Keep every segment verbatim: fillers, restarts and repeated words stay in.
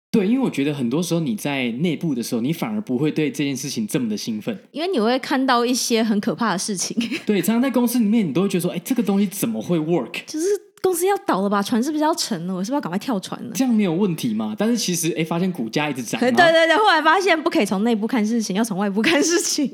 对，因为我觉得很多时候你在内部的时候，你反而不会对这件事情这么的兴奋， 因为你会看到一些很可怕的事情。 对，常常在公司里面你都会觉得说，哎，这个东西怎么会 work， 就是公司要倒了吧，船是不是要沉了，我是不是要赶快跳船了， 这样没有问题嘛？但是其实哎，发现股价一直涨， 对对对，后来发现不可以从内部看事情，要从外部看事情。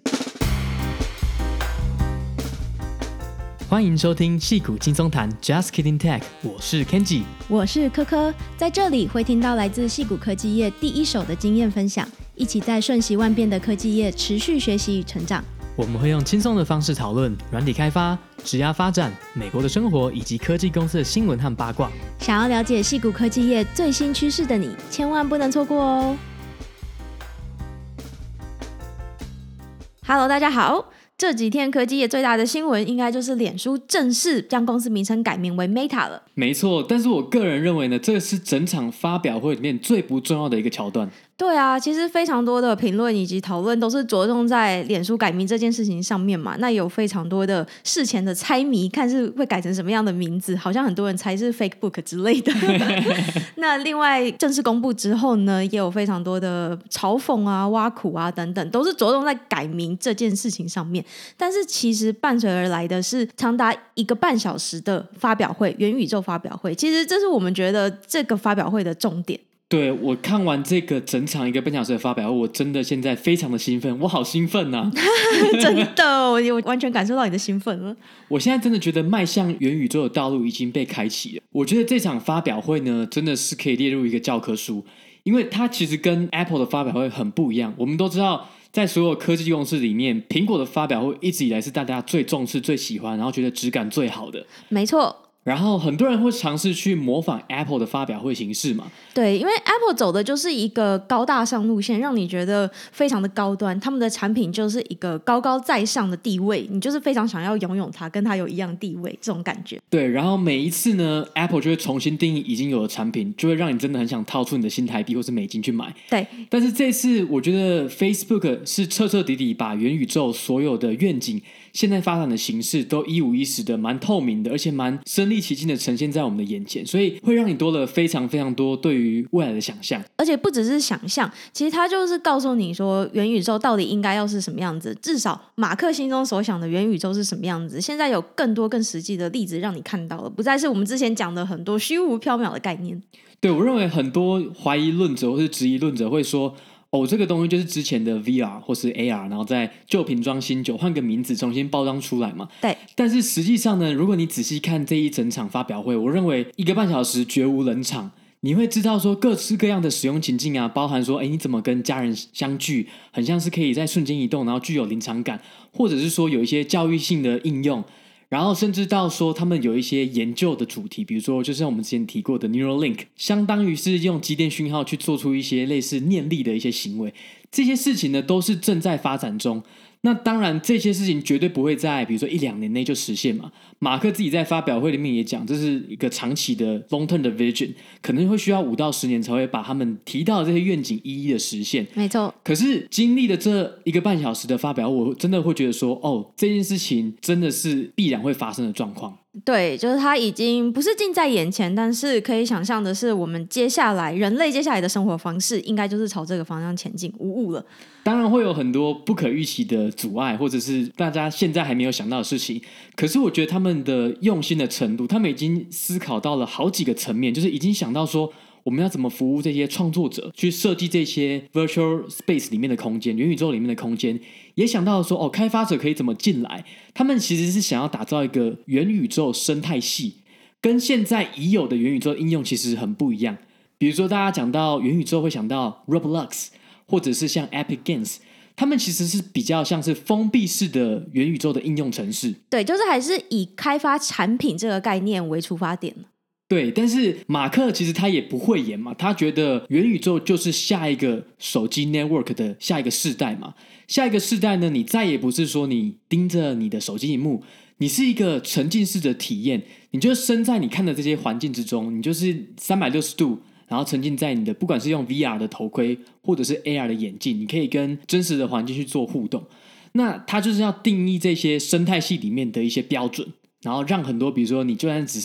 欢迎收听矽谷轻松谈 Just Kidding Tech， 我是 Kenji， 我是科科，在这里会听到来自矽谷科技业第一手的经验分享，一起在瞬息万变的科技业持续学习与成长。 我们会用轻松的方式讨论软体开发、职涯发展、美国的生活以及科技公司的新闻和八卦。 想要了解矽谷科技业最新趋势的你，千万不能错过哦。Hello， 大家好。这几天科技业最大的新闻应该就是脸书正式将公司名称改名为 Meta 了。 没错，但是我个人认为呢，这是整场发表会里面最不重要的一个桥段。 对啊，其实非常多的评论以及讨论都是着重在脸书改名这件事情上面嘛。那有非常多的事前的猜谜，看是会改成什么样的名字，好像很多人猜是 fake book 之类的。那另外正式公布之后呢，也有非常多的嘲讽啊、挖苦啊等等，都是着重在改名这件事情上面。但是其实伴随而来的是长达一个半小时的发表会，元宇宙发表会。其实这是我们觉得这个发表会的重点。 对，我看完这个整场一个半小时的发表会，我真的现在非常的兴奋，我好兴奋啊。 真的，我完全感受到你的兴奋了。 我现在真的觉得迈向元宇宙的道路已经被开启了。我觉得这场发表会呢，真的是可以列入一个教科书，因为它其实跟 Apple 的发表会很不一样。我们都知道在所有科技公司里面，苹果的发表会一直以来是大家最重视、最喜欢，然后觉得质感最好的。 没错。 然后很多人会尝试去模仿 Apple 的发表会形式嘛。 对，因为 Apple 走的就是一个高大上路线，让你觉得非常的高端，他们的产品就是一个高高在上的地位，你就是非常想要拥有它，跟它有一样的地位，这种感觉。 对，然后每一次呢 Apple 就会重新定义已经有的产品，就会让你真的很想掏出你的新台币或是美金去买。 对， 但是这次我觉得 Facebook 是彻彻底底把元宇宙所有的愿景、现在发展的形式都一五一十的蛮透明的，而且蛮身临其境的呈现在我们的眼前，所以会让你多了非常非常多对于未来的想象。 而且不只是想象，其实它就是告诉你说元宇宙到底应该要是什么样子，至少马克心中所想的元宇宙是什么样子，现在有更多更实际的例子让你看到了，不再是我们之前讲的很多虚无缥缈的概念。 对，我认为很多怀疑论者或是质疑论者会说，哦，这个东西就是之前的 V R 或是 A R， 然后再旧瓶装新酒，换个名字重新包装出来嘛。 对。 但是实际上呢，如果你仔细看这一整场发表会，我认为一个半小时绝无冷场。你会知道说各式各样的使用情境啊，包含说，哎，你怎么跟家人相聚，很像是可以在瞬间移动，然后具有临场感，或者是说有一些教育性的应用。然后甚至到说他们有一些研究的主题，比如说就像我们之前提过的 Neuralink， 相当于是用肌电讯号去做出一些类似念力的一些行为，这些事情呢都是正在发展中。那当然这些事情绝对不会在比如说一两年内就实现嘛。马克自己在发表会里面也讲，这是一个长期的 long term 的 vision， 可能会需要五到十年才会把他们提到的这些愿景一一的实现。 没错。 可是经历了这一个半小时的发表，我真的会觉得说，哦，这件事情真的是必然会发生的状况。 对，就是它已经不是近在眼前，但是可以想象的是，我们接下来人类接下来的生活方式应该就是朝这个方向前进，无误了。 当然会有很多不可预期的阻碍，或者是大家现在还没有想到的事情，可是我觉得他们的用心的程度，他们已经思考到了好几个层面，就是已经想到说我们要怎么服务这些创作者，去设计这些 virtual space 里面的空间，元宇宙里面的空间，也想到说哦，开发者可以怎么进来。他们其实是想要打造一个元宇宙生态系，跟现在已有的元宇宙应用其实很不一样。比如说大家讲到元宇宙会想到 Roblox， 或者是像 Epic Games， 他们其实是比较像是封闭式的元宇宙的应用程式。 对，就是还是以开发产品这个概念为出发点。 对，但是马克其实他也不会演嘛，他觉得元宇宙就是下一个手机 network 的下一个世代嘛。下一个世代呢，你再也不是说你盯着你的手机萤幕，你是一个沉浸式的体验，你就身在你看的这些环境之中，你就是三百六十度，然后沉浸在你的不管是用 V R 的头盔或者是 A R 的眼镜，你可以跟真实的环境去做互动。那他就是要定义这些生态系里面的一些标准，然后让很多比如说你就算只是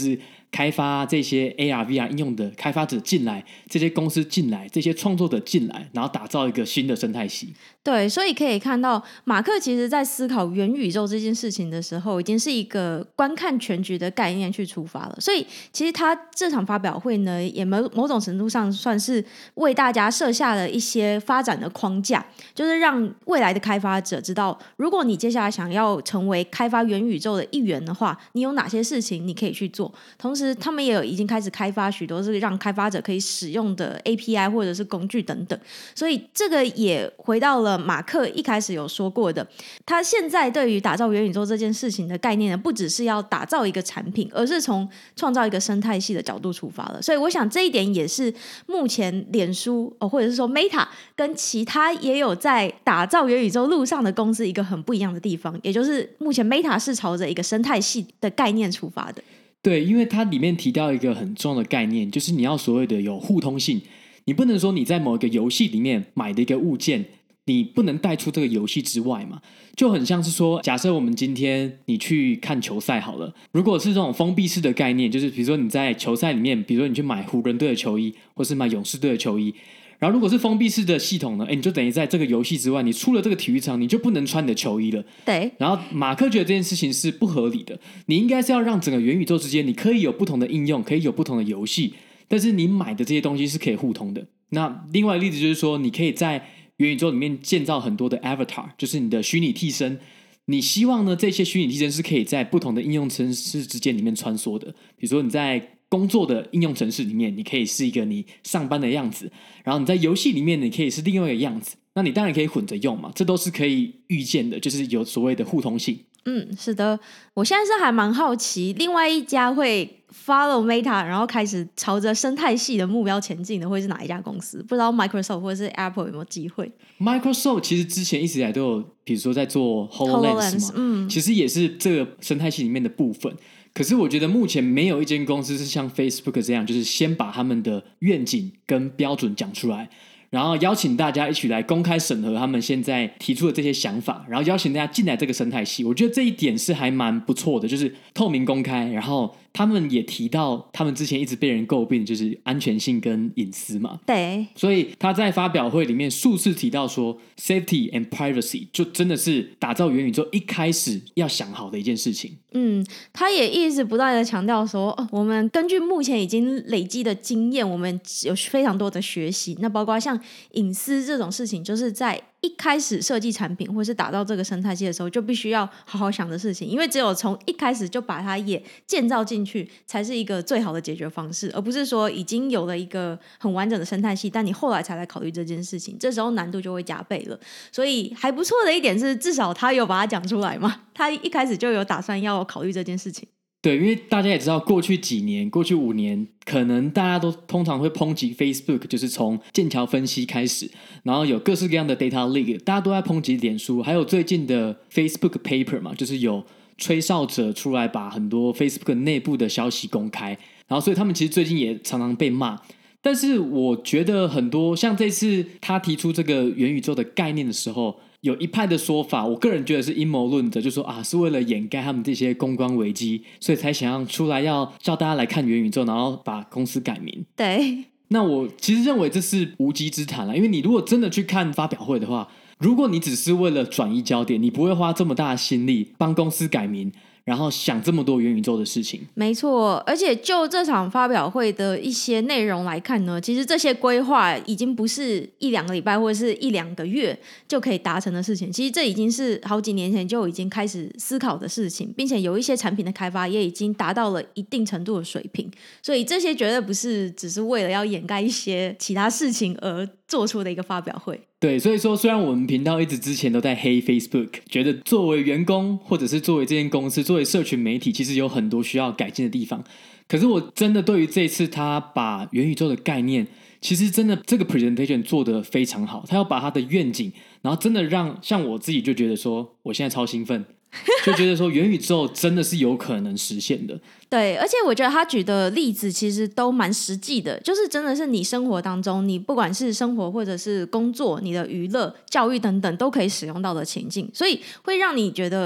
开发这些 A R V R 应用的开发者进来，这些公司进来，这些创作者进来，然后打造一个新的生态系。 对，所以可以看到马克其实在思考元宇宙这件事情的时候，已经是一个观看全局的概念去出发了。所以其实他这场发表会呢，也某某种程度上算是为大家设下了一些发展的框架，就是让未来的开发者知道，如果你接下来想要成为开发元宇宙的一员的话，你有哪些事情你可以去做。同时他们也有已经开始开发许多是让开发者可以使用的 A P I 或者是工具等等。所以这个也回到了马克一开始有说过的，他现在对于打造元宇宙这件事情的概念呢，不只是要打造一个产品，而是从创造一个生态系的角度出发了。所以我想这一点也是目前脸书、哦、或者是说 Meta 跟其他也有在打造元宇宙路上的公司一个很不一样的地方，也就是目前 Meta 是朝着一个生态系的概念出发的。 对，因为它里面提到一个很重要的概念，就是你要所谓的有互通性。你不能说你在某一个游戏里面买的一个物件，你不能带出这个游戏之外嘛。就很像是说，假设我们今天你去看球赛好了，如果是这种封闭式的概念，就是比如说你在球赛里面，比如说你去买湖人队的球衣，或是买勇士队的球衣，然后如果是封闭式的系统呢，你就等于在这个游戏之外，你出了这个体育场，你就不能穿你的球衣了。 对。 然后马克觉得这件事情是不合理的，你应该是要让整个元宇宙之间，你可以有不同的应用，可以有不同的游戏，但是你买的这些东西是可以互通的。那另外一个例子就是说，你可以在元宇宙里面建造很多的 avatar， 就是你的虚拟替身。你希望呢，这些虚拟替身是可以在不同的应用程式之间里面穿梭的。比如说你在工作的应用程式里面，你可以是一个你上班的样子，然后你在游戏里面你可以是另外一个样子。那你当然可以混着用嘛，这都是可以预见的，就是有所谓的互通性。 嗯，是的，我现在是还蛮好奇，另外一家会 follow Meta， 然后开始朝着生态系的目标前进的会是哪一家公司？不知道 Microsoft 或者是 Apple 有没有机会？ Microsoft 其实之前一直以来都有，比如说在做 HoloLens 嘛，嗯，其实也是这个生态系里面的部分。可是我觉得目前没有一间公司是像 Facebook 这样，就是先把他们的愿景跟标准讲出来，然后邀请大家一起来公开审核他们现在提出的这些想法，然后邀请大家进来这个生态系。我觉得这一点是还蛮不错的，就是透明公开，然后他们也提到他们之前一直被人诟病就是安全性跟隐私嘛。 对， 所以他在发表会里面数次提到说 safety and privacy 就真的是打造元宇宙一开始要想好的一件事情。 嗯，他也一直不断的强调说、哦、我们根据目前已经累积的经验，我们有非常多的学习，那包括像隐私这种事情，就是在一开始设计产品或是打造这个生态系的时候就必须要好好想的事情，因为只有从一开始就把它也建造进去才是一个最好的解决方式，而不是说已经有了一个很完整的生态系，但你后来才来考虑这件事情，这时候难度就会加倍了。所以还不错的一点是，至少他有把它讲出来嘛，他一开始就有打算要考虑这件事情。 对，因为大家也知道过去几年过去五年可能大家都通常会抨击 Facebook， 就是从剑桥分析开始，然后有各式各样的 data leak， 大家都在抨击脸书，还有最近的 Facebook paper 嘛，就是有吹哨者出来把很多 Facebook 内部的消息公开，然后所以他们其实最近也常常被骂。但是我觉得很多像这次他提出这个元宇宙的概念的时候，有一派的说法，我个人觉得是阴谋论者，就说啊是为了掩盖他们这些公关危机，所以才想要出来要叫大家来看元宇宙，然后把公司改名。 对， 那我其实认为这是无稽之谈啦，因为你如果真的去看发表会的话，如果你只是为了转移焦点，你不会花这么大的心力帮公司改名，然后想这么多元宇宙的事情。 没错，而且就这场发表会的一些内容来看呢，其实这些规划已经不是一两个礼拜或者是一两个月就可以达成的事情，其实这已经是好几年前就已经开始思考的事情，并且有一些产品的开发也已经达到了一定程度的水平，所以这些绝对不是只是为了要掩盖一些其他事情而做出的一个发表会。 对，所以说虽然我们频道一直之前都在黑 Facebook， 觉得作为员工或者是作为这间公司作为社群媒体其实有很多需要改进的地方，可是我真的对于这一次他把元宇宙的概念，其实真的这个 presentation 做得非常好，他要把他的愿景，然后真的让像我自己就觉得说我现在超兴奋就觉得说元宇宙真的是有可能实现的。 对，而且我觉得他举的例子其实都蛮实际的，就是真的是你生活当中，你不管是生活或者是工作，你的娱乐教育等等都可以使用到的情境，所以会让你觉得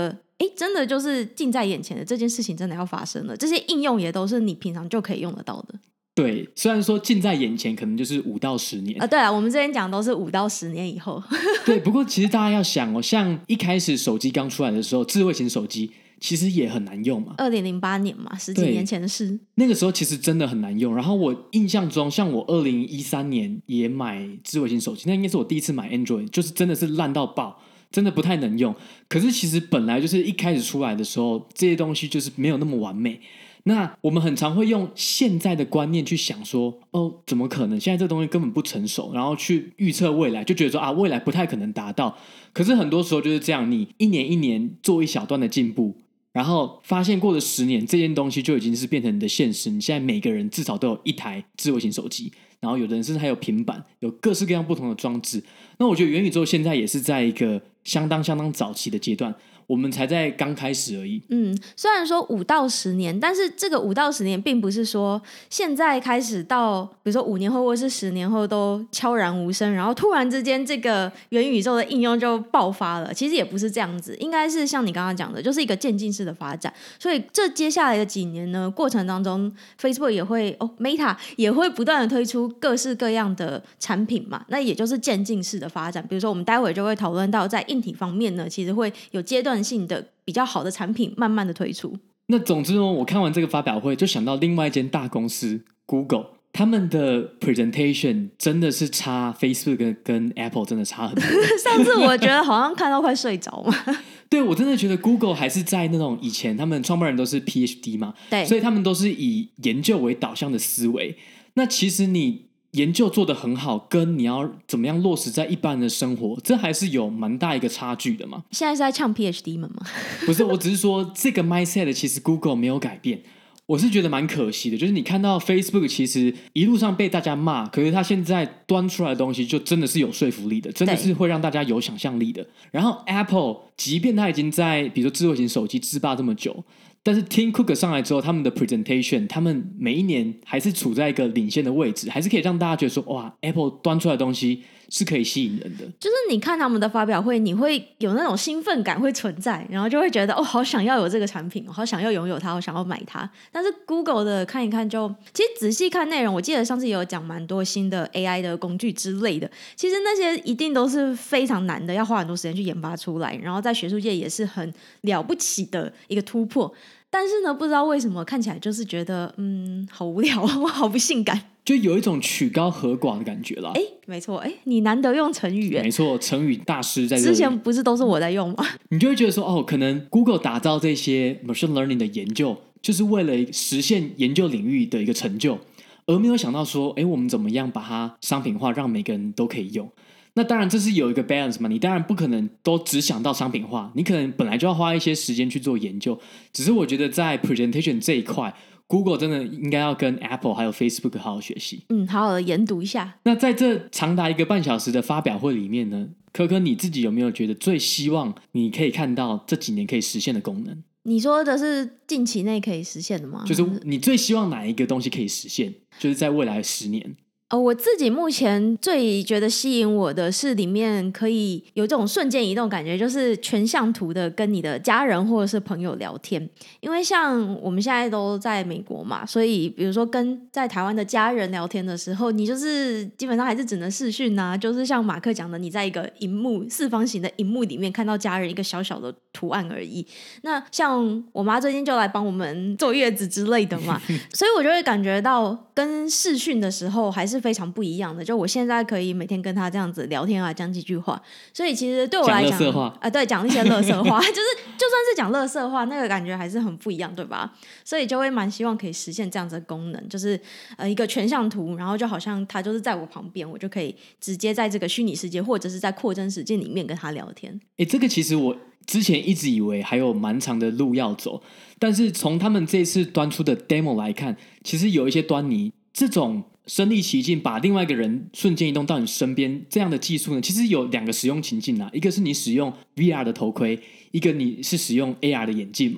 哎，真的就是近在眼前的这件事情真的要发生了，这些应用也都是你平常就可以用得到的。 对，虽然说近在眼前可能就是五到十年啊，对啊，我们这边讲都是五到十年以后。 对，不过其实大家要想哦，像一开始手机刚出来的时候，智慧型手机其实也很难用嘛。 二零零八年嘛，十几年前的事。 那个时候其实真的很难用。然后我印象中，像我二零一三年也买智慧型手机，那应该是我第一次买 Android， 就是真的是烂到爆，真的不太能用。可是其实本来就是一开始出来的时候，这些东西就是没有那么完美。那我们很常会用现在的观念去想说，哦，怎么可能？现在这东西根本不成熟，然后去预测未来，就觉得说啊，未来不太可能达到。可是很多时候就是这样，你一年一年做一小段的进步，然后发现过了十年，这件东西就已经是变成你的现实。你现在每个人至少都有一台智慧型手机，然后有的人甚至还有平板，有各式各样不同的装置。那我觉得元宇宙现在也是在一个相当相当早期的阶段，我们才在刚开始而已。 嗯，虽然说五到十年，但是这个五到十年并不是说现在开始到，比如说五年后或是十年后都悄然无声，然后突然之间这个元宇宙的应用就爆发了。其实也不是这样子，应该是像你刚刚讲的，就是一个渐进式的发展。所以这接下来的几年呢，过程当中 Facebook 也会哦 Meta 也会不断的推出各式各样的产品嘛，那也就是渐进式的发展。比如说我们待会就会讨论到，在硬体方面呢，其实会有阶段性的比较好的产品慢慢的推出。 那总之呢，我看完这个发表会就想到另外一间大公司 Google， 他们的 presentation 真的是差 Facebook 跟, 跟 Apple 真的差很多。 上次我觉得好像看到快睡着嘛。 对，我真的觉得 Google 还是在那种以前他们创办人都是 P H D 嘛， 对， 所以他们都是以研究为导向的思维。那其实你研究做得很好，跟你要怎么样落实在一般人的生活，这还是有蛮大一个差距的嘛。 现在是在呛 P H D 们吗？ 不是，我只是说这个 mindset 其实 Google 没有改变，我是觉得蛮可惜的。就是你看到 Facebook 其实一路上被大家骂，可是它现在端出来的东西就真的是有说服力的，真的是会让大家有想象力的。然后 Apple 即便它已经在比如说智慧型手机制霸这么久，但是 Tim Cook 上来之后，他们的 presentation 他们每一年还是处在一个领先的位置，还是可以让大家觉得说，哇 Apple 端出来的东西是可以吸引人的。 就是你看他们的发表会，你会有那种兴奋感会存在，然后就会觉得哦，好想要有这个产品，好想要拥有它，好想要买它。但是 Google 的看一看就，其实仔细看内容，我记得上次也有讲蛮多新的 A I 的工具之类的，其实那些一定都是非常难的，要花很多时间去研发出来，然后在学术界也是很了不起的一个突破。但是呢，不知道为什么看起来就是觉得嗯，好无聊，我好不性感， 就有一种曲高和寡的感觉啦。 哎，没错，哎，你难得用成语，哎， 没错，成语大师在这里。 之前不是都是我在用吗？ 你就会觉得说，哦，可能 Google 打造这些 machine learning 的研究，就是为了实现研究领域的一个成就，而没有想到说，哎，我们怎么样把它商品化，让每个人都可以用。那当然这是有一个 balance 嘛，你当然不可能都只想到商品化，你可能本来就要花一些时间去做研究。只是我觉得在 presentation 这一块， Google 真的应该要跟 Apple 还有 Facebook 好好学习。 嗯，好好的研读一下。 那在这长达一个半小时的发表会里面呢，可可你自己有没有觉得最希望你可以看到这几年可以实现的功能？ 你说的是近期内可以实现的吗？ 就是你最希望哪一个东西可以实现，就是在未来十年。 呃，我自己目前最觉得吸引我的是里面可以有这种瞬间移动感觉，就是全向图的跟你的家人或者是朋友聊天。因为像我们现在都在美国嘛，所以比如说跟在台湾的家人聊天的时候，你就是基本上还是只能视讯啊，就是像马克讲的，你在一个萤幕四方形的萤幕里面看到家人一个小小的图案而已。那像我妈最近就来帮我们坐月子之类的嘛，所以我就会感觉到跟视讯的时候还是非常不一样的，就我现在可以每天跟他这样子聊天啊，讲几句话，所以其实对我来讲， 讲垃圾话啊，对，讲一些垃圾话，就是就算是讲垃圾话，那个感觉还是很不一样，对吧？所以就会蛮希望可以实现这样子的功能，就是呃一个全向图，然后就好像他就是在我旁边，我就可以直接在这个虚拟世界或者是在扩增实境里面跟他聊天。 诶，这个其实我之前一直以为还有蛮长的路要走，但是从他们这次端出的 demo 来看，其实有一些端倪。这种身临其境把另外一个人瞬间移动到你身边这样的技术呢，其实有两个使用情境啊，一个是你使用 V R 的头盔，一个你是使用 A R 的眼镜嘛。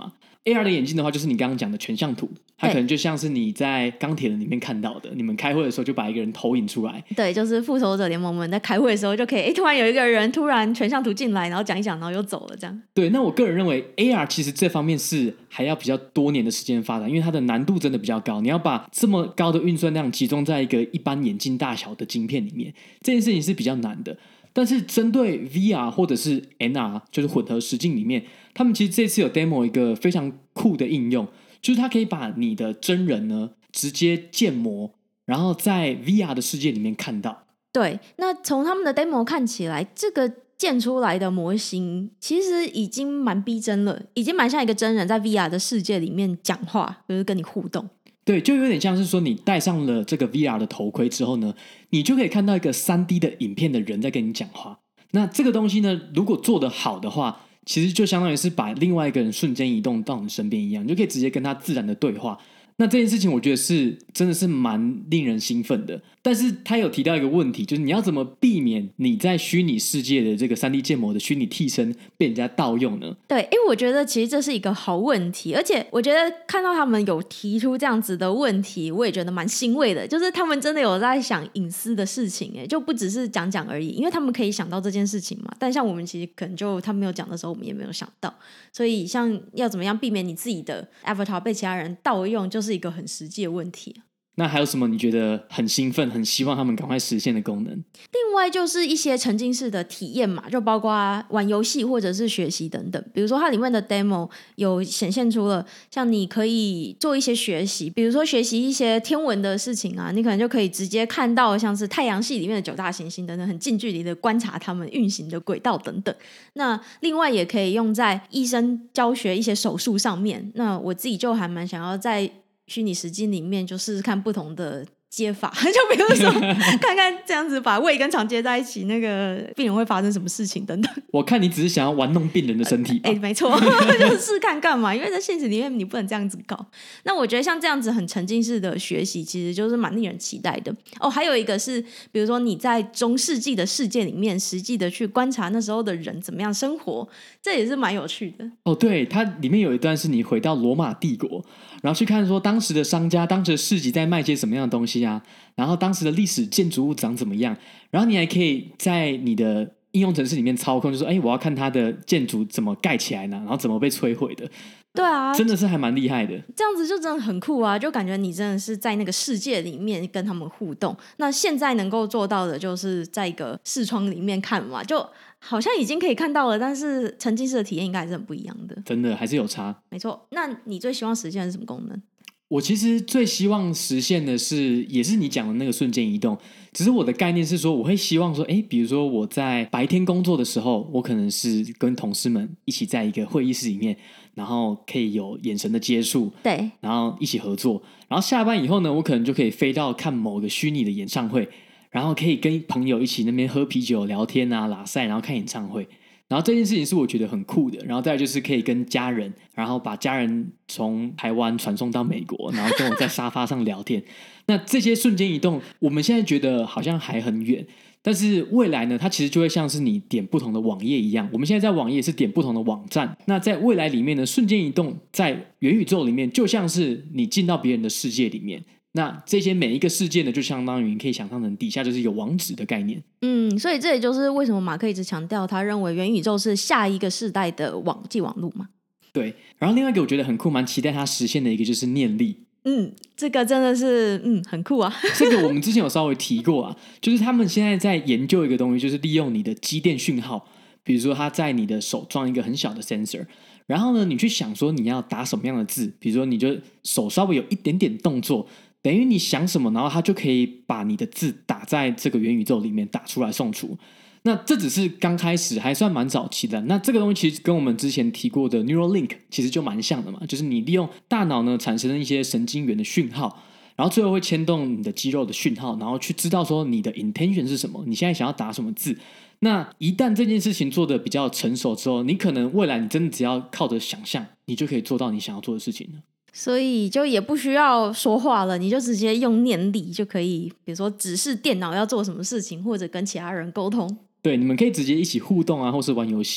A R 的眼镜的话，就是你刚刚讲的全像图，它可能就像是你在钢铁人里面看到的，你们开会的时候就把一个人投影出来。 对，就是复仇者联盟们在开会的时候就可以，哎，突然有一个人突然全像图进来，然后讲一讲，然后又走了这样。 对，那我个人认为 A R 其实这方面是还要比较多年的时间发展，因为它的难度真的比较高，你要把这么高的运算量集中在一个一般眼镜大小的晶片里面，这件事情是比较难的。但是针对 V R 或者是 N R 就是混合实境里面，他们其实这次有 demo 一个非常酷的应用，就是它可以把你的真人呢直接建模，然后在 V R 的世界里面看到。 对，那从他们的 demo 看起来，这个建出来的模型其实已经蛮逼真了，已经蛮像一个真人在 V R 的世界里面讲话，就是跟你互动。 对，就有点像是说你戴上了这个 V R 的头盔之后呢，你就可以看到一个 三 D 的影片的人在跟你讲话。那这个东西呢，如果做得好的话，其实就相当于是把另外一个人瞬间移动到你身边一样，你就可以直接跟他自然的对话。那这件事情我觉得是真的是蛮令人兴奋的，但是他有提到一个问题，就是你要怎么避免你在虚拟世界的这个 三 D 建模的虚拟替身被人家盗用呢？ 对，因为我觉得其实这是一个好问题，而且我觉得看到他们有提出这样子的问题，我也觉得蛮欣慰的，就是他们真的有在想隐私的事情，就不只是讲讲而已，因为他们可以想到这件事情嘛，但像我们其实可能就他没有讲的时候，我们也没有想到，所以像要怎么样避免你自己的 avatar 被其他人盗用，就是一个很实际的问题。 那还有什么你觉得很兴奋很希望他们赶快实现的功能？ 另外就是一些沉浸式的体验嘛，就包括玩游戏或者是学习等等，比如说它里面的 demo 有显现出了像你可以做一些学习，比如说学习一些天文的事情啊，你可能就可以直接看到像是太阳系里面的九大行星等等，很近距离的观察它们运行的轨道等等。那另外也可以用在医生教学一些手术上面，那我自己就还蛮想要在虚拟实境里面就试试看不同的接法，就比如说看看这样子把胃跟肠接在一起，那个病人会发生什么事情等等。 我看你只是想要玩弄病人的身体吧。 哎、欸，没错，就是试看看嘛，因为在现实里面你不能这样子搞。那我觉得像这样子很沉浸式的学习，其实就是蛮令人期待的。哦，还有一个是，比如说你在中世纪的世界里面，实际的去观察那时候的人怎么样生活，这也是蛮有趣的。 哦，对，它里面有一段是你回到罗马帝国，然后去看说当时的商家、当时的市集在卖些什么样的东西啊，然后当时的历史建筑物长怎么样，然后你还可以在你的应用程式里面操控，就说哎，我要看它的建筑怎么盖起来呢，然后怎么被摧毁的。 对啊， 真的是还蛮厉害的。 这样子就真的很酷啊，就感觉你真的是在那个世界里面跟他们互动。那现在能够做到的就是在一个视窗里面看嘛，就好像已经可以看到了，但是沉浸式的体验应该还是很不一样的。 真的还是有差。 没错。那你最希望实现的是什么功能？ 我其实最希望实现的是，也是你讲的那个瞬间移动。只是我的概念是说，我会希望说，哎，比如说我在白天工作的时候，我可能是跟同事们一起在一个会议室里面，然后可以有眼神的接触， 对， 然后一起合作。然后下班以后呢，我可能就可以飞到看某个虚拟的演唱会，然后可以跟朋友一起那边喝啤酒、聊天啊、拉赛，然后看演唱会。然后这件事情是我觉得很酷的，然后再来就是可以跟家人，然后把家人从台湾传送到美国，然后跟我在沙发上聊天。那这些瞬间移动，我们现在觉得好像还很远，但是未来呢，它其实就会像是你点不同的网页一样。我们现在在网页是点不同的网站，那在未来里面呢，瞬间移动在元宇宙里面，就像是你进到别人的世界里面。那这些每一个事件呢，就相当于你可以想象成底下就是有网址的概念。 嗯，所以这也就是为什么马克一直强调他认为元宇宙是下一个世代的网际网路嘛。 对，然后另外一个我觉得很酷，蛮期待它实现的一个就是念力。 嗯，这个真的是嗯很酷啊。 这个我们之前有稍微提过啊，就是他们现在在研究一个东西，就是利用你的肌电讯号，比如说他在你的手装一个很小的 sensor， 然后呢，你去想说你要打什么样的字，比如说你就手稍微有一点点动作。等于你想什么，然后它就可以把你的字打在这个元宇宙里面打出来送出。那这只是刚开始，还算蛮早期的。那这个东西其实跟我们之前提过的 Neuralink 其实就蛮像的嘛，就是你利用大脑呢产生了一些神经元的讯号，然后最后会牵动你的肌肉的讯号，然后去知道说你的 intention 是什么，你现在想要打什么字。那一旦这件事情做得比较成熟之后，你可能未来你真的只要靠着想象，你就可以做到你想要做的事情了。 所以就也不需要说话了，你就直接用念力就可以，比如说指示电脑要做什么事情，或者跟其他人沟通。 对，你们可以直接一起互动啊，或是玩游戏。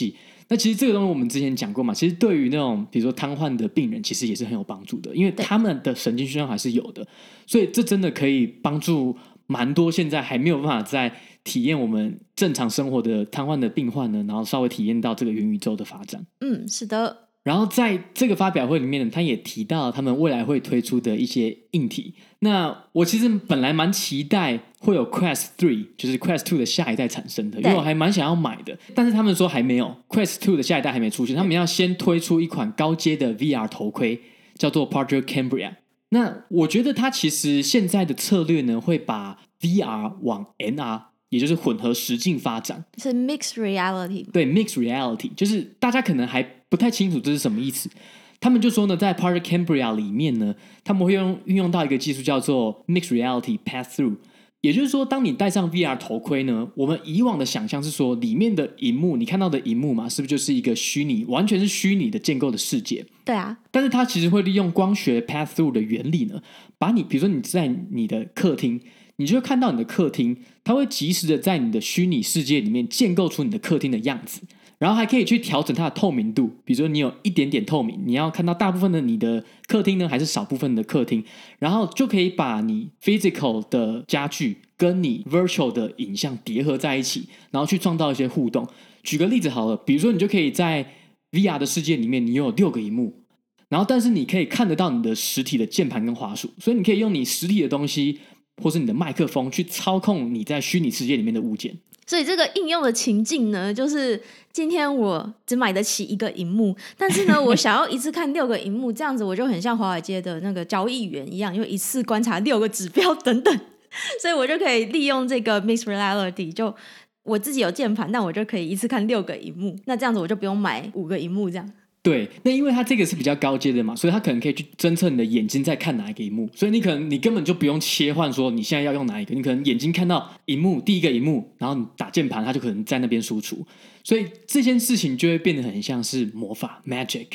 那其实这个东西我们之前讲过嘛，其实对于那种比如说瘫痪的病人其实也是很有帮助的，因为他们的神经讯号还是有的，所以这真的可以帮助蛮多现在还没有办法在体验我们正常生活的瘫痪的病患呢，然后稍微体验到这个元宇宙的发展。 嗯，是的。 然后在这个发表会里面呢，他也提到他们未来会推出的一些硬体。那我其实本来蛮期待会有 Quest 三，就是 Quest 二的下一代产生的，因为我还蛮想要买的。但是他们说还没有 Quest 二的下一代还没出现，他们要先推出一款高阶的 V R 头盔，叫做 Project Cambria。那我觉得它其实现在的策略呢，会把 V R 往 N R， 也就是混合实境发展， 是 mixed reality。 对， mixed reality 就是大家可能还不太清楚这是什么意思。他们就说呢，在 Project Cambria 里面呢，他们会用运用到一个技术叫做 mixed reality pass through， 也就是说当你戴上 V R 头盔呢，我们以往的想象是说里面的萤幕，你看到的萤幕嘛，是不是就是一个虚拟，完全是虚拟的建构的世界？ 对啊。 但是它其实会利用光学 pass through 的原理呢，把你比如说你在你的客厅，你就会看到你的客厅，它会及时的在你的虚拟世界里面建构出你的客厅的样子，然后还可以去调整它的透明度，比如说你有一点点透明，你要看到大部分的你的客厅呢，还是少部分的客厅，然后就可以把你 physical 的家具跟你 virtual 的影像叠合在一起，然后去创造一些互动。举个例子好了，比如说你就可以在 V R 的世界里面，你有六个萤幕，然后但是你可以看得到你的实体的键盘跟滑鼠，所以你可以用你实体的东西或是你的麦克风去操控你在虚拟世界里面的物件。 所以这个应用的情境呢，就是今天我只买得起一个萤幕，但是呢我想要一次看六个萤幕，这样子我就很像华尔街的那个交易员一样，因为一次观察六个指标等等，所以我就可以利用这个 mixed reality， 就我自己有键盘，但我就可以一次看六个萤幕，那这样子我就不用买五个萤幕这样。 对，那因为它这个是比较高阶的嘛，所以它可能可以去侦测你的眼睛在看哪一个萤幕，所以你可能你根本就不用切换说你现在要用哪一个，你可能眼睛看到萤幕第一个萤幕，然后你打键盘，它就可能在那边输出，所以这件事情就会变得很像是魔法 magic。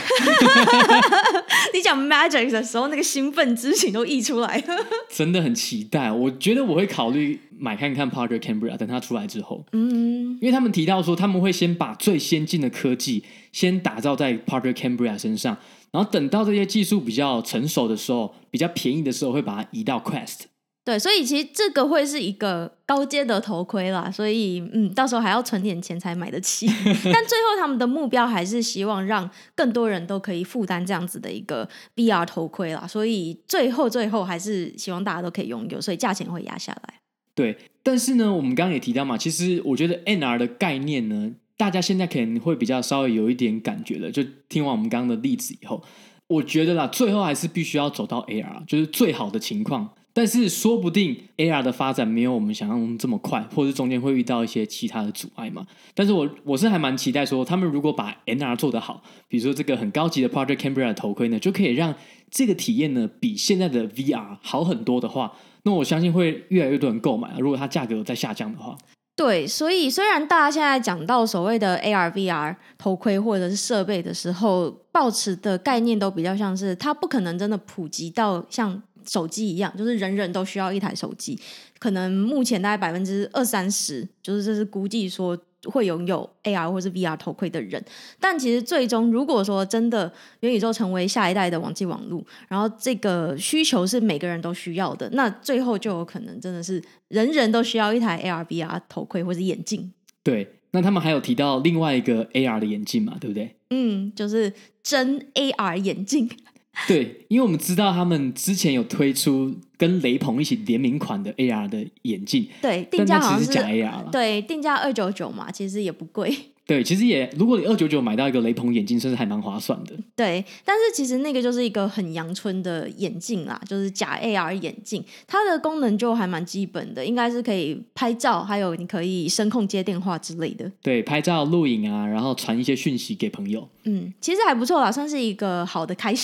你讲 magic 的时候，那个兴奋之情都溢出来了。 真的很期待，我觉得我会考虑买看看 Project Cambria， 等它出来之后。嗯，因为他们提到说他们会先把最先进的科技先打造在 Project Cambria 身上，然后等到这些技术比较成熟的时候，比较便宜的时候会把它移到 Quest。 对，所以其实这个会是一个高阶的头盔啦，所以嗯，到时候还要存点钱才买得起。但最后他们的目标还是希望让更多人都可以负担这样子的一个 V R 头盔啦，所以最后最后还是希望大家都可以拥有，所以价钱会压下来。 对，但是呢，我们刚刚也提到嘛，其实我觉得 N R 的概念呢，大家现在可能会比较稍微有一点感觉了，就听完我们刚刚的例子以后，我觉得啦，最后还是必须要走到 A R， 就是最好的情况。但是说不定 A R 的发展没有我们想象中这么快，或是中间会遇到一些其他的阻碍嘛。但是我我是还蛮期待说，他们如果把 N R 做得好，比如说这个很高级的 Project Cambria 的头盔呢，就可以让这个体验呢比现在的 V R 好很多的话，那我相信会越来越多人购买。如果它价格有在下降的话。 对，所以虽然大家现在讲到所谓的 A R V R 头盔或者是设备的时候，抱持的概念都比较像是它不可能真的普及到像手机一样，就是人人都需要一台手机，可能目前大概百分之二三十，就是这是估计说会拥有 A R 或是 V R 头盔的人。但其实最终如果说真的元宇宙成为下一代的网际网路，然后这个需求是每个人都需要的，那最后就有可能真的是人人都需要一台 A R V R 头盔或是眼镜。 对，那他们还有提到另外一个 A R 的眼镜嘛，对不对？ 嗯，就是真 A R 眼镜。 对，因为我们知道他们之前有推出跟雷朋一起联名款的 A R 的眼镜， 对，定价好像是但它其实是假 A R 啦， 对，定价二九九嘛，其实也不贵。 对，其实也如果你二九九买到一个雷朋眼镜，甚至还蛮划算的。 对，但是其实那个就是一个很阳春的眼镜啦，就是假 A R 眼镜，它的功能就还蛮基本的，应该是可以拍照，还有你可以声控接电话之类的。 对，拍照、录影啊，然后传一些讯息给朋友。 嗯，其实还不错啦，算是一个好的开始。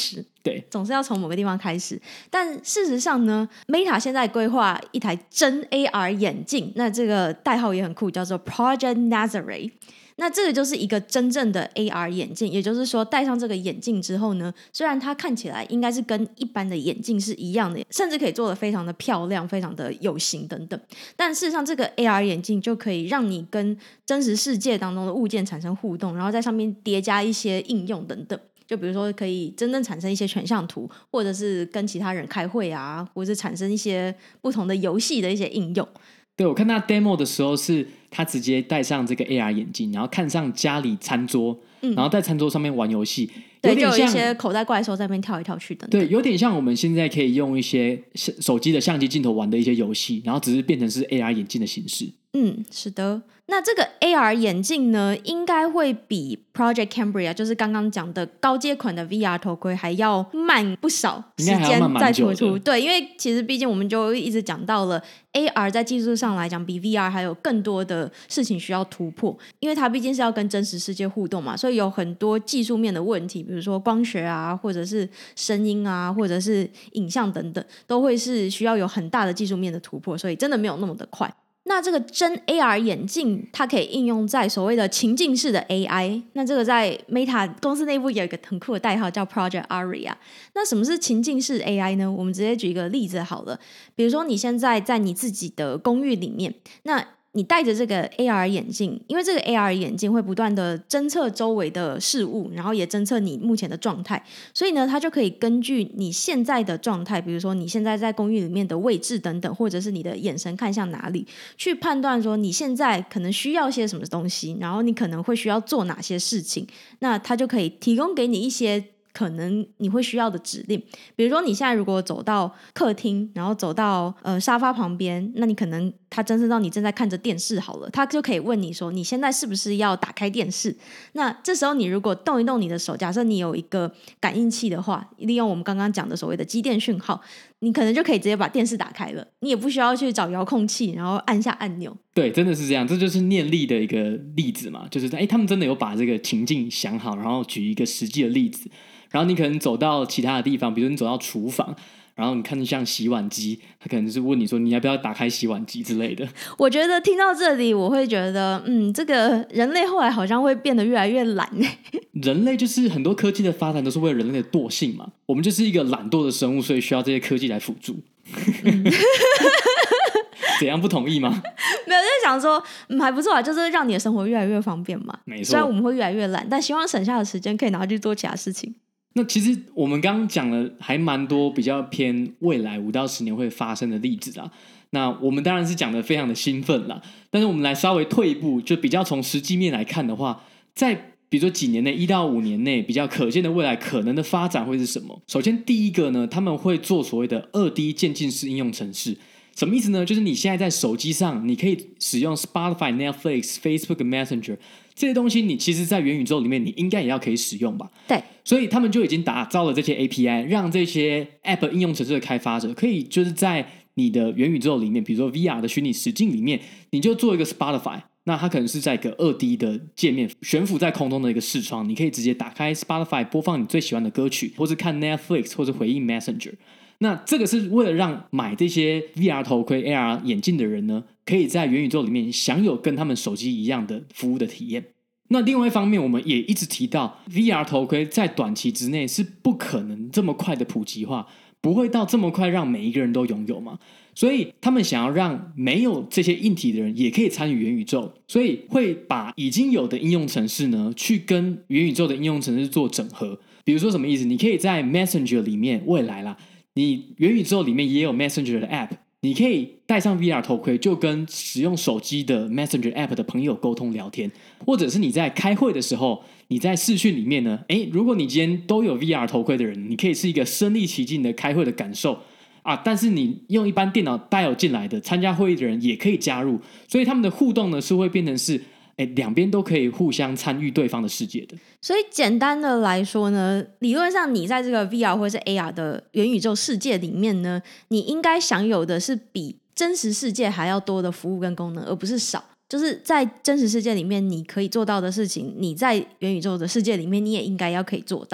对， 总是要从某个地方开始。但事实上呢 Meta 现在规划一台真 A R 眼镜，那这个代号也很酷，叫做 Project Nazare。那这个就是一个真正的 A R 眼镜，也就是说戴上这个眼镜之后呢，虽然它看起来应该是跟一般的眼镜是一样的，甚至可以做得非常的漂亮，非常的有型等等，但事实上这个 A R 眼镜就可以让你跟真实世界当中的物件产生互动，然后在上面叠加一些应用等等，就比如说可以真正产生一些全像图，或者是跟其他人开会啊，或者是产生一些不同的游戏的一些应用。 对，我看他 demo 的时候是他直接戴上这个 A R 眼镜，然后看上家里餐桌、嗯、然后在餐桌上面玩游戏， 对，就有一些口袋怪兽在那边跳来跳去等等， 对，有点像我们现在可以用一些手机的相机镜头玩的一些游戏，然后只是变成是 A R 眼镜的形式。 嗯，是的。那这个 A R 眼镜呢，应该会比 Project Cambria 就是刚刚讲的高阶款的 V R 头盔还要慢不少时间再推出。对，因为其实毕竟我们就一直讲到了 A R 在技术上来讲比 V R 还有更多的事情需要突破，因为它毕竟是要跟真实世界互动嘛，所以有很多技术面的问题，比如说光学啊，或者是声音啊，或者是影像等等，都会是需要有很大的技术面的突破，所以真的没有那么的快。那这个真 A R 眼镜它可以应用在所谓的情境式的 A I， 那这个在 Meta 公司内部有一个很酷的代号叫 Project Aria。 那什么是情境式 A I 呢？我们直接举一个例子好了，比如说你现在在你自己的公寓里面，那你戴着这个 A R 眼镜，因为这个 A R 眼镜会不断的侦测周围的事物，然后也侦测你目前的状态，所以呢它就可以根据你现在的状态，比如说你现在在公寓里面的位置等等，或者是你的眼神看向哪里，去判断说你现在可能需要些什么东西，然后你可能会需要做哪些事情，那它就可以提供给你一些可能你会需要的指令。比如说你现在如果走到客厅，然后走到呃沙发旁边，那你可能他侦测到你正在看着电视好了，他就可以问你说你现在是不是要打开电视。那这时候你如果动一动你的手，假设你有一个感应器的话，利用我们刚刚讲的所谓的肌电讯号，你可能就可以直接把电视打开了，你也不需要去找遥控器然后按下按钮。 对，真的是这样，这就是念力的一个例子嘛，就是哎，他们真的有把这个情境想好，然后举一个实际的例子，然后你可能走到其他的地方，比如你走到厨房，然后你看像洗碗机，他可能是问你说你要不要打开洗碗机之类的。 我觉得听到这里我会觉得嗯，这个人类后来好像会变得越来越懒。 人类就是很多科技的发展都是为了人类的惰性嘛，我们就是一个懒惰的生物，所以需要这些科技来辅助。嗯怎样，不同意吗？ 没有，就是想说嗯还不错啊，就是让你的生活越来越方便嘛。 没错， 虽然我们会越来越懒，但希望省下的时间可以拿去做其他事情。 那其实我们刚刚讲了还蛮多比较偏未来五到十年会发生的例子啦，那我们当然是讲的非常的兴奋啦，但是我们来稍微退一步，就比较从实际面来看的话，在比如说几年内一到五年内比较可见的未来可能的发展会是什么？首先第一个呢，他们会做所谓的 二 D 渐进式应用程式。什么意思呢？就是你现在在手机上你可以使用 Spotify、Netflix、Facebook Messenger 这些东西，你其实在元宇宙里面你应该也要可以使用吧。 对， 所以他们就已经打造了这些 A P I， 让这些 App 应用程式的开发者可以就是在你的元宇宙里面，比如说 V R 的虚拟实境里面，你就做一个 Spotify， 那它可能是在一个 二 D 的界面悬浮在空中的一个视窗，你可以直接打开 Spotify 播放你最喜欢的歌曲，或是看 Netflix 或是回应 Messenger。那这个是为了让买这些 V R 头盔 A R 眼镜的人呢，可以在元宇宙里面享有跟他们手机一样的服务的体验。那另外一方面，我们也一直提到 V R 头盔在短期之内是不可能这么快的普及化，不会到这么快让每一个人都拥有嘛，所以他们想要让没有这些硬体的人也可以参与元宇宙，所以会把已经有的应用程式呢去跟元宇宙的应用程式做整合。比如说什么意思？你可以在 Messenger 里面，未来啦，你元宇宙里面也有 Messenger 的 App， 你可以戴上 V R 头盔，就跟使用手机的 Messenger App 的朋友沟通聊天，或者是你在开会的时候，你在视讯里面呢，诶，如果你今天都有 V R 头盔的人，你可以是一个身临其境的开会的感受啊。但是你用一般电脑带有进来的参加会议的人也可以加入，所以他们的互动呢是会变成是诶，两边都可以互相参与对方的世界的。 所以简单的来说呢，理论上你在这个 V R 或是 A R 的元宇宙世界里面呢，你应该享有的是比真实世界还要多的服务跟功能，而不是少。就是在真实世界里面你可以做到的事情，你在元宇宙的世界里面你也应该要可以做到。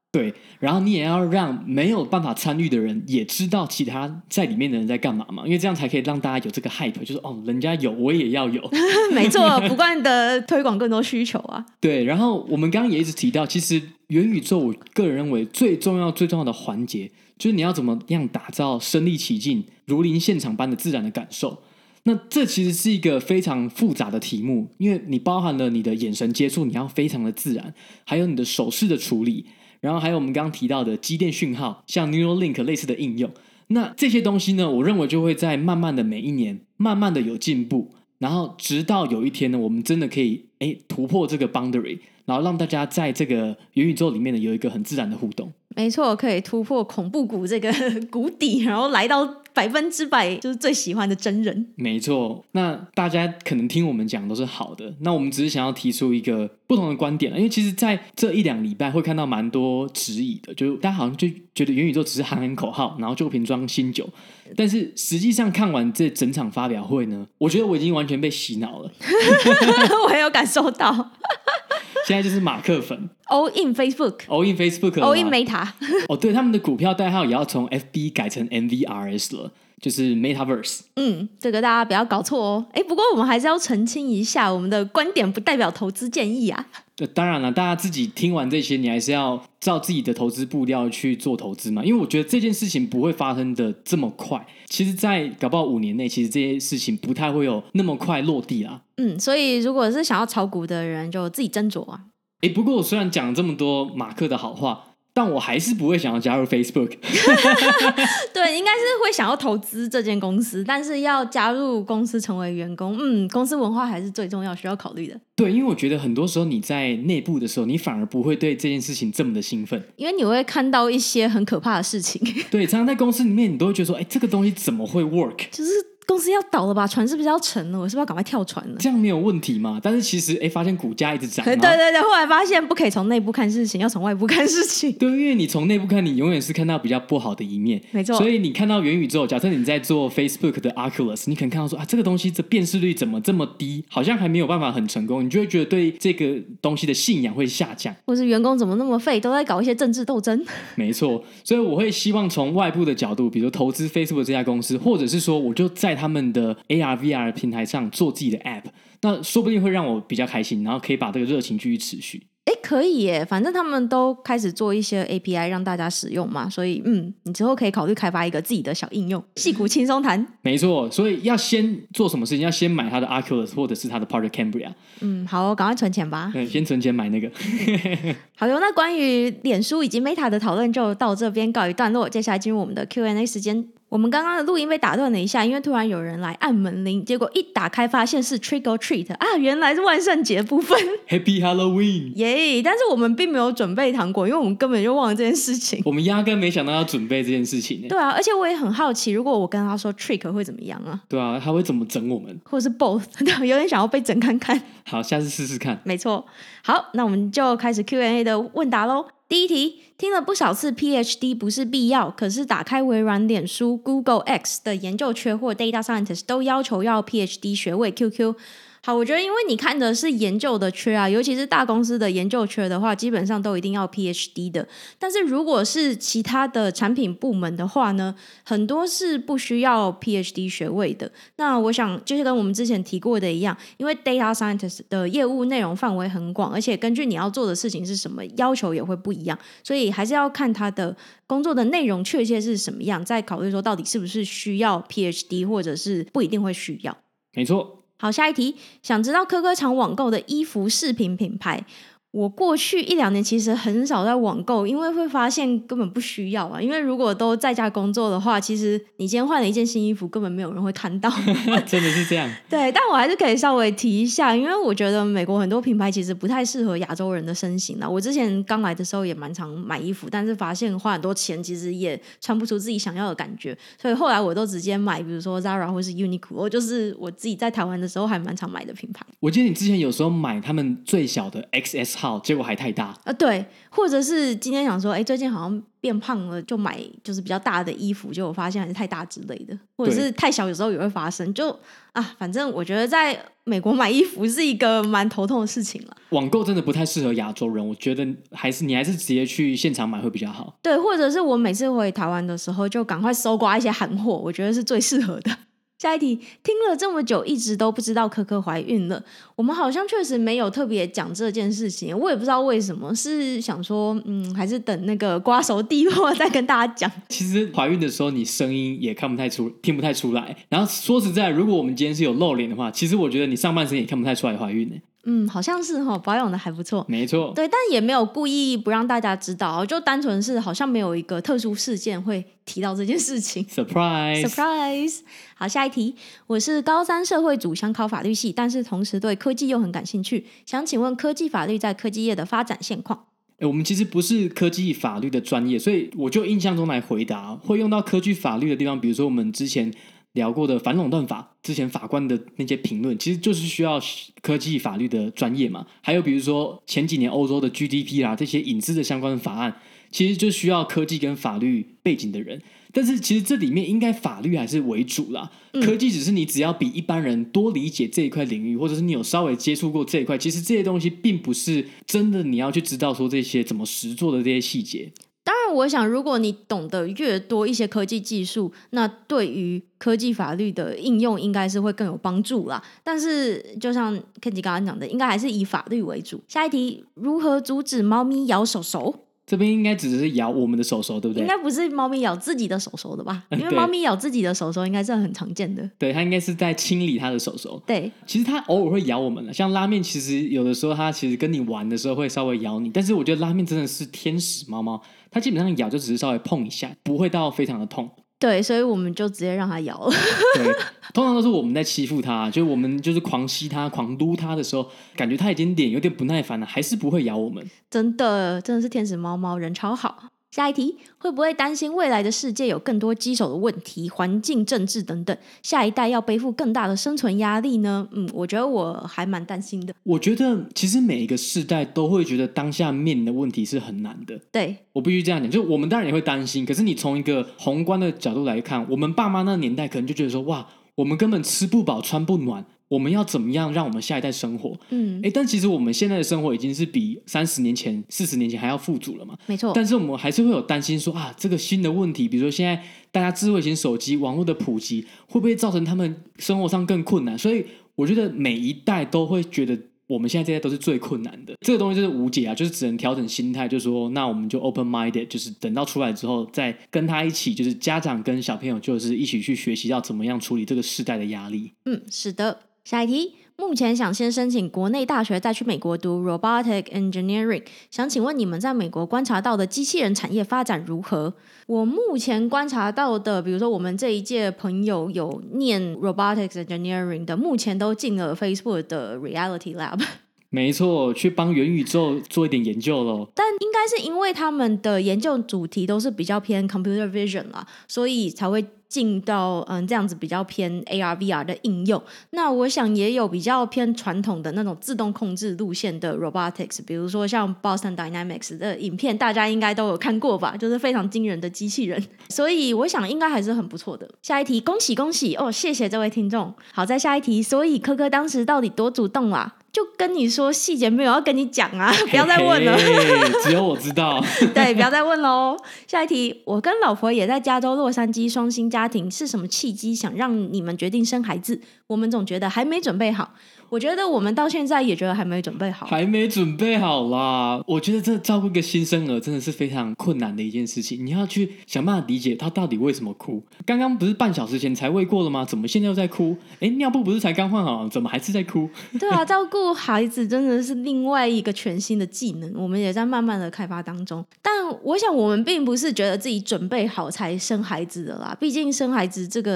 对，然后你也要让没有办法参与的人也知道其他在里面的人在干嘛嘛，因为这样才可以让大家有这个 hype， 就是哦，人家有我也要有。 没错，不断的推广更多需求啊。 对，然后我们刚刚也一直提到，其实元宇宙我个人认为最重要最重要的环节就是你要怎么样打造身临其境如临现场般的自然的感受。那这其实是一个非常复杂的题目，因为你包含了你的眼神接触你要非常的自然，还有你的手势的处理，然后还有我们刚刚提到的肌电讯号，像 Neuralink 类似的应用。那这些东西呢，我认为就会在慢慢的每一年慢慢的有进步，然后直到有一天呢，我们真的可以诶突破这个 boundary， 然后让大家在这个元宇宙里面呢有一个很自然的互动。 没错，可以突破恐怖谷这个谷底，然后来到百分之百就是最喜欢的真人。 没错，那大家可能听我们讲都是好的，那我们只是想要提出一个不同的观点，因为其实在这一两礼拜会看到蛮多质疑的，就大家好像就觉得元宇宙只是喊喊口号，然后旧瓶装新酒，但是实际上看完这整场发表会呢，我觉得我已经完全被洗脑了。 我也有感受到。 现在就是马克粉 All in Facebook All in Facebook All in Meta 哦，对，他们的股票代号也要从 F B 改成 M V R S 了，就是 Metaverse。 嗯，这个大家不要搞错哦。哎，不过我们还是要澄清一下，我们的观点不代表投资建议啊。 当然了，大家自己听完这些，你还是要照自己的投资步调去做投资嘛。因为我觉得这件事情不会发生的这么快，其实在搞不好五年内，其实这些事情不太会有那么快落地啦。 嗯，所以如果是想要炒股的人，就自己斟酌啊。 诶，不过我虽然讲了这么多马克的好话，但我还是不会想要加入 Facebook。 对，应该是会想要投资这间公司，但是要加入公司成为员工，嗯，公司文化还是最重要需要考虑的。 对，因为我觉得很多时候你在内部的时候，你反而不会对这件事情这么的兴奋， 因为你会看到一些很可怕的事情。 对，常常在公司里面你都会觉得说，哎，这个东西怎么会 work， 就是公司要倒了吧，船是不是要沉了，我是不是要赶快跳船了， 这样没有问题嘛？但是其实哎，发现股价一直涨。 对对对，后来发现不可以从内部看事情，要从外部看事情。 对，因为你从内部看，你永远是看到比较不好的一面。 没错， 所以你看到元宇宙，假设你在做 Facebook 的 Oculus， 你可能看到说啊，这个东西的辨识率怎么这么低，好像还没有办法很成功，你就会觉得对这个东西的信仰会下降， 或是员工怎么那么废，都在搞一些政治斗争。 没错，所以我会希望从外部的角度，比如投资 Facebook 这家公司，或者是说我就在他们的 A R V R 平台上做自己的 App， 那说不定会让我比较开心，然后可以把这个热情继续持续。 哎，可以耶，反正他们都开始做一些 A P I 让大家使用嘛，所以嗯，你之后可以考虑开发一个自己的小应用，矽谷轻松谈。 没错，所以要先做什么事情，要先买他的 Oculus 或者是他的 Project Cambria。 嗯，好，赶快存钱吧。 对，先存钱买那个。 好哟，那关于脸书以及 Meta 的讨论就到这边告一段落，接下来进入我们的 Q and A 时间。我们刚刚的录音被打断了一下，因为突然有人来按门铃，结果一打开发现是 Trick or Treat 啊，原来是万圣节部分。 Happy Halloween！ 耶、yeah, 但是我们并没有准备糖果，因为我们根本就忘了这件事情。 我们压根没想到要准备这件事情。 对啊，而且我也很好奇，如果我跟他说 Trick 会怎么样啊？ 对啊，他会怎么整我们？ 或者是 both？ 有点想要被整看看。 好，下次试试看。 没错。好，那我们就开始 Q and A 的问答咯。第一题，听了不少次 P H D 不是必要，可是打开微软、脸书、Google X 的研究缺或 Data Scientist 都要求要 P H D 学位 Q Q。好，我觉得因为你看的是研究的缺啊，尤其是大公司的研究缺的话，基本上都一定要 P H D 的。但是如果是其他的产品部门的话呢，很多是不需要 P H D 学位的。那我想就是跟我们之前提过的一样，因为 Data Scientist 的业务内容范围很广，而且根据你要做的事情是什么，要求也会不一样，所以还是要看他的工作的内容确切是什么样，再考虑说到底是不是需要 P H D 或者是不一定会需要。 没错。 好，下一题，想知道科科常网购的衣服饰品品牌。我过去一两年其实很少在网购，因为会发现根本不需要啊。因为如果都在家工作的话，其实你今天换了一件新衣服，根本没有人会看到。 真的是这样。 对，但我还是可以稍微提一下，因为我觉得美国很多品牌其实不太适合亚洲人的身形啦。我之前刚来的时候也蛮常买衣服，但是发现花很多钱，其实也穿不出自己想要的感觉，所以后来我都直接买，比如说 Zara 或是 Uniqlo， 就是我自己在台湾的时候还蛮常买的品牌。 我记得你之前有时候买他们最小的 X S 操，结果还太大。 呃，对，或者是今天想说，哎，最近好像变胖了，就买就是比较大的衣服，结果发现还是太大之类的，或者是太小，有时候也会发生。就啊，反正我觉得在美国买衣服是一个蛮头痛的事情了。 网购真的不太适合亚洲人，我觉得还是你还是直接去现场买会比较好。 对，或者是我每次回台湾的时候，就赶快搜刮一些韩货，我觉得是最适合的。下一题，听了这么久，一直都不知道可可怀孕了。我们好像确实没有特别讲这件事情，我也不知道为什么，是想说，嗯，还是等那个瓜熟蒂落再跟大家讲。 其实怀孕的时候，你声音也看不太出，听不太出来。然后说实在，如果我们今天是有露脸的话，其实我觉得你上半身也看不太出来怀孕呢。 嗯，好像是齁，保养的还不错。 没错， 对，但也没有故意不让大家知道，就单纯是好像没有一个特殊事件会提到这件事情。 Surprise Surprise。好，下一题，我是高三社会组，想考法律系，但是同时对科技又很感兴趣，想请问科技法律在科技业的发展现况。 欸、我们其实不是科技法律的专业，所以我就印象中来回答，会用到科技法律的地方，比如说我们之前聊过的反垄断法，之前法官的那些评论，其实就是需要科技法律的专业嘛。还有比如说前几年欧洲的 G D P 啦，这些隐私的相关的法案，其实就需要科技跟法律背景的人。但是其实这里面应该法律还是为主啦，嗯、科技只是你只要比一般人多理解这一块领域，或者是你有稍微接触过这一块，其实这些东西并不是真的你要去知道说这些怎么实作的这些细节。 当然我想如果你懂得越多一些科技技术，那对于科技法律的应用应该是会更有帮助啦。但是就像 Kenji 刚刚讲的，应该还是以法律为主。下一题，如何阻止猫咪咬手手？ 这边应该只是咬我们的手手，对不对？ 应该不是猫咪咬自己的手手的吧？因为猫咪咬自己的手手应该是很常见的。 对，它应该是在清理它的手手。 对， 其实它偶尔会咬我们了，像拉面，其实有的时候它其实跟你玩的时候会稍微咬你，但是我觉得拉面真的是天使猫猫，它基本上咬就只是稍微碰一下，不会到非常的痛。 对，所以我们就直接让它咬了。 对，通常都是我们在欺负它，就是我们就是狂吸它、狂撸它的时候，感觉它已经脸有点不耐烦了，还是不会咬我们。 真的，真的是天使猫猫，人超好。下一题，会不会担心未来的世界有更多棘手的问题，环境、政治等等，下一代要背负更大的生存压力呢？嗯，我觉得我还蛮担心的。 我觉得其实每一个世代都会觉得当下面临的问题是很难的。 对， 我必须这样讲，就我们当然也会担心，可是你从一个宏观的角度来看，我们爸妈那个年代可能就觉得说，哇，我们根本吃不饱穿不暖，我们要怎么样让我们下一代生活？嗯，哎，但其实我们现在的生活已经是比三十年前、四十年前还要富足了嘛。 没错。 但是我们还是会有担心说啊，这个新的问题，比如说现在大家智慧型手机、网络的普及，会不会造成他们生活上更困难？所以我觉得每一代都会觉得我们现在这些都是最困难的。这个东西就是无解啊，就是只能调整心态，就说那我们就 open minded， 就是等到出来之后再跟他一起，就是家长跟小朋友就是一起去学习到怎么样处理这个世代的压力。 嗯，是的。下一题，目前想先申请国内大学再去美国读 Robotic Engineering， 想请问你们在美国观察到的机器人产业发展如何？我目前观察到的，比如说我们这一届朋友有念 Robotics Engineering 的，目前都进了 Facebook 的 Reality Lab。 没错，去帮元宇宙做一点研究咯。 但应该是因为他们的研究主题都是比较偏 computer vision 啦，所以才会进到嗯这样子比较偏 A R V R 的应用。那我想也有比较偏传统的那种自动控制路线的 robotics， 比如说像 Boston Dynamics 的影片大家应该都有看过吧，就是非常惊人的机器人，所以我想应该还是很不错的。下一题，恭喜恭喜哦，谢谢这位听众。好，在下一题，所以科科当时到底多主动啦？就跟你说细节没有要跟你讲啊，不要再问了。 嘿嘿只有我知道。 对，不要再问喽。下一题，我跟老婆也在加州洛杉矶双薪家庭，是什么契机想让你们决定生孩子？我们总觉得还没准备好。我觉得我们到现在也觉得还没准备好， 还没准备好啦。我觉得这照顾一个新生儿真的是非常困难的一件事情，你要去想办法理解他到底为什么哭。刚刚不是半小时前才喂过了吗？怎么现在又在哭？哎，尿布不是才刚换好，怎么还是在哭？ 对啊，照顾孩子真的是另外一个全新的技能，我们也在慢慢的开发当中。但我想我们并不是觉得自己准备好才生孩子的啦，毕竟生孩子这个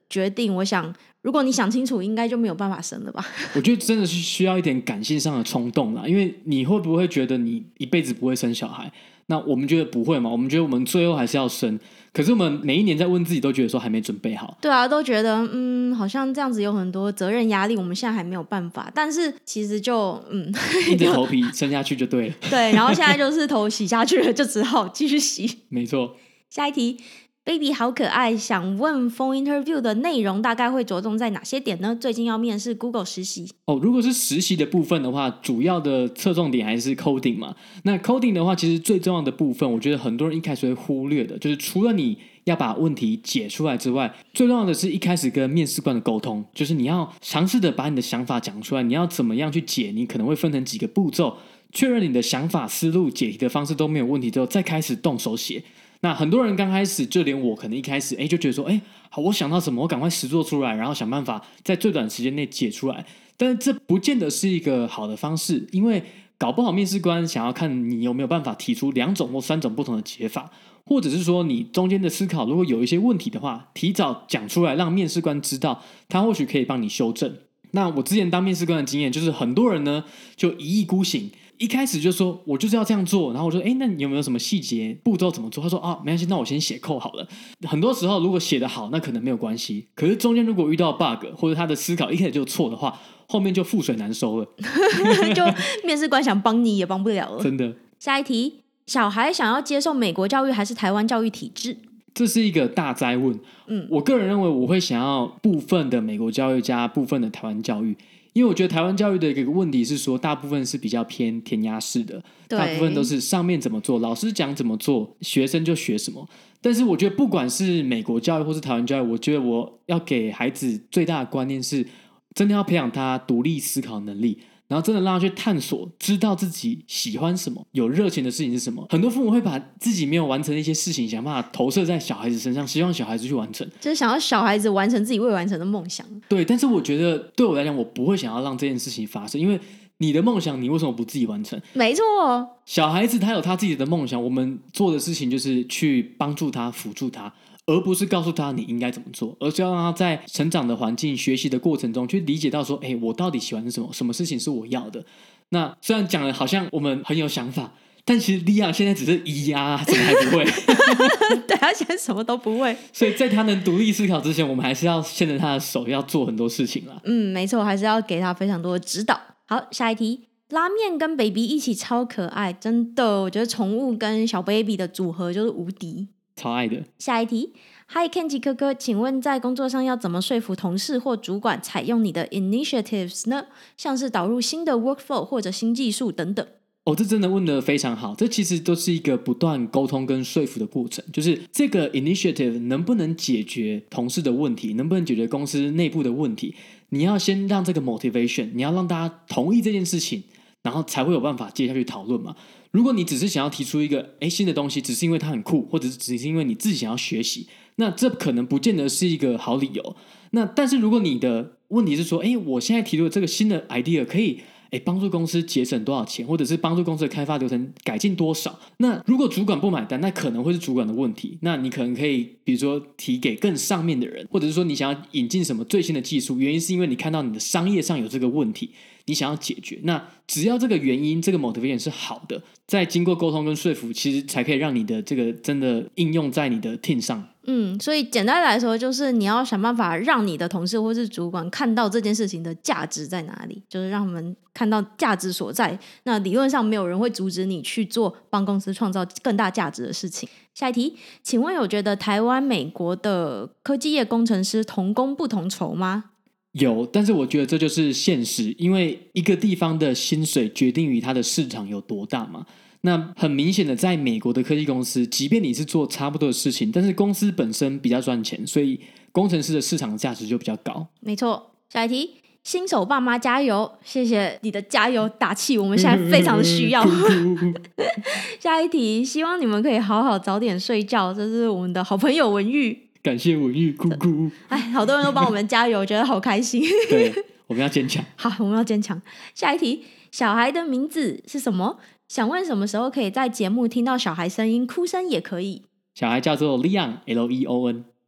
决定，我想如果你想清楚应该就没有办法生了吧。 我觉得真的是需要一点感性上的冲动啦，因为你会不会觉得你一辈子不会生小孩？那我们觉得不会嘛，我们觉得我们最后还是要生，可是我们每一年在问自己都觉得说还没准备好。 对啊，都觉得嗯，好像这样子有很多责任压力，我们现在还没有办法，但是其实就嗯， 硬着头皮生下去就对了。 对，然后现在就是头洗下去了，就只好继续洗。 没错。 下一题，Baby 好可爱，想问 phone interview 的内容大概会着重在哪些点呢？最近要面试 Google 实习哦，如果是实习的部分的话，主要的侧重点还是 coding 嘛。那 coding 的话，其实最重要的部分，我觉得很多人一开始会忽略的，就是除了你要把问题解出来之外，最重要的是一开始跟面试官的沟通，就是你要尝试的把你的想法讲出来，你要怎么样去解，你可能会分成几个步骤，确认你的想法、思路、解题的方式都没有问题之后，再开始动手写。那很多人刚开始，就连我可能一开始哎就觉得说，哎，好，我想到什么，我赶快实作出来，然后想办法在最短时间内解出来。但是这不见得是一个好的方式，因为搞不好面试官想要看你有没有办法提出两种或三种不同的解法，或者是说你中间的思考如果有一些问题的话，提早讲出来让面试官知道，他或许可以帮你修正。那我之前当面试官的经验就是很多人呢就一意孤行，一开始就说我就是要这样做，然后我说哎，那你有没有什么细节步骤怎么做？他说啊，没关系，那我先写扣好了。很多时候如果写得好那可能没有关系，可是中间如果遇到 bug 或者他的思考一开始就错的话，后面就覆水难收了。 就面试官想帮你也帮不了了， 真的。 下一题，小孩想要接受美国教育还是台湾教育体制？ 这是一个大哉问。嗯，我个人认为我会想要部分的美国教育加部分的台湾教育，因为我觉得台湾教育的一个问题是说大部分是比较偏填鸭式的，大部分都是上面怎么做老师讲怎么做学生就学什么。但是我觉得不管是美国教育或是台湾教育，我觉得我要给孩子最大的观念是真的要培养他独立思考能力，然后真的让他去探索，知道自己喜欢什么，有热情的事情是什么。很多父母会把自己没有完成的一些事情想办法投射在小孩子身上，希望小孩子去完成， 就是想要小孩子完成自己未完成的梦想。 对，但是我觉得对我来讲，我不会想要让这件事情发生，因为你的梦想你为什么不自己完成？ 没错， 小孩子他有他自己的梦想，我们做的事情就是去帮助他辅助他，而不是告诉他你应该怎么做，而是要让他在成长的环境学习的过程中去理解到说，哎，我到底喜欢什么，什么事情是我要的。那虽然讲了好像我们很有想法，但其实利亚现在只是咿呀，怎么还不会？ 对，他现在什么都不会， 所以在他能独立思考之前，我们还是要牵着他的手，要做很多事情啦。 嗯，没错，还是要给他非常多的指导。好，下一题，拉面跟 baby 一起超可爱，真的，我觉得宠物跟小 baby 的组合就是无敌， 超爱的。 下一题，Hi Kenji 哥哥，请问在工作上要怎么说服同事或主管采用你的 initiatives 呢？像是导入新的 workflow 或者新技术等等。 哦，这真的问得非常好，这其实都是一个不断沟通跟说服的过程，就是这个 initiative 能不能解决同事的问题，能不能解决公司内部的问题，你要先让这个 motivation， 你要让大家同意这件事情，然后才会有办法接下去讨论嘛。如果你只是想要提出一个诶新的东西，只是因为它很酷，或者是只是因为你自己想要学习，那这可能不见得是一个好理由。那但是如果你的问题是说，诶我现在提出的这个新的 idea 可以诶帮助公司节省多少钱，或者是帮助公司的开发流程改进多少，那如果主管不买单，那可能会是主管的问题。那你可能可以比如说提给更上面的人，或者是说你想要引进什么最新的技术，原因是因为你看到你的商业上有这个问题，你想要解决。那只要这个原因这个 motivation 是好的，再经过沟通跟说服，其实才可以让你的这个真的应用在你的 team 上。 嗯，所以简单来说就是你要想办法让你的同事或是主管看到这件事情的价值在哪里，就是让他们看到价值所在，那理论上没有人会阻止你去做帮公司创造更大价值的事情。下一题，请问有觉得台湾美国的科技业工程师同工不同酬吗？ 有，但是我觉得这就是现实，因为一个地方的薪水决定于它的市场有多大嘛。那很明显的，在美国的科技公司，即便你是做差不多的事情，但是公司本身比较赚钱，所以工程师的市场价值就比较高。 没错。下一题，新手爸妈加油，谢谢你的加油打气，我们现在非常的需要。下一题，希望你们可以好好早点睡觉，这是我们的好朋友文玉。 感谢文玉，咕咕。 哎，好多人都帮我们加油，觉得好开心。 对，我们要坚强。 好，我们要坚强。下一题，小孩的名字是什么？想问什么时候可以在节目听到小孩声音，哭声也可以。 小孩叫做 Leon， L E O N。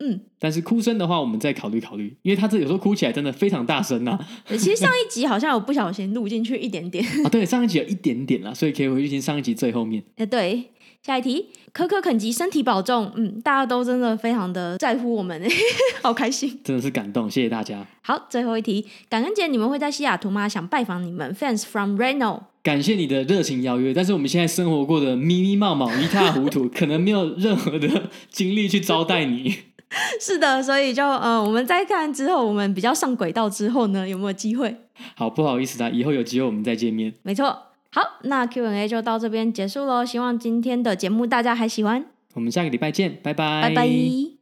嗯， 但是哭声的话我们再考虑考虑，因为他这有时候哭起来真的非常大声啊。 其实上一集好像有不小心录进去一点点啊，对，上一集有一点点啦，所以可以回去听上一集最后面。 哎，对，下一题，可可肯吉身体保重。嗯，大家都真的非常的在乎我们，好开心， 真的是感动，谢谢大家。 好，最后一题，感恩节你们会在西雅图吗？想拜访你们 ，Fans from Reno。 感谢你的热情邀约，但是我们现在生活过得迷迷冒冒一塌糊涂，可能没有任何的精力去招待你。 是的，所以就呃，我们再看之后，我们比较上轨道之后呢，有没有机会？ 好，不好意思啦，以后有机会我们再见面。 没错，好，那 Q and A 就到这边结束咯，希望今天的节目大家还喜欢。 我们下个礼拜见，拜拜， 拜拜。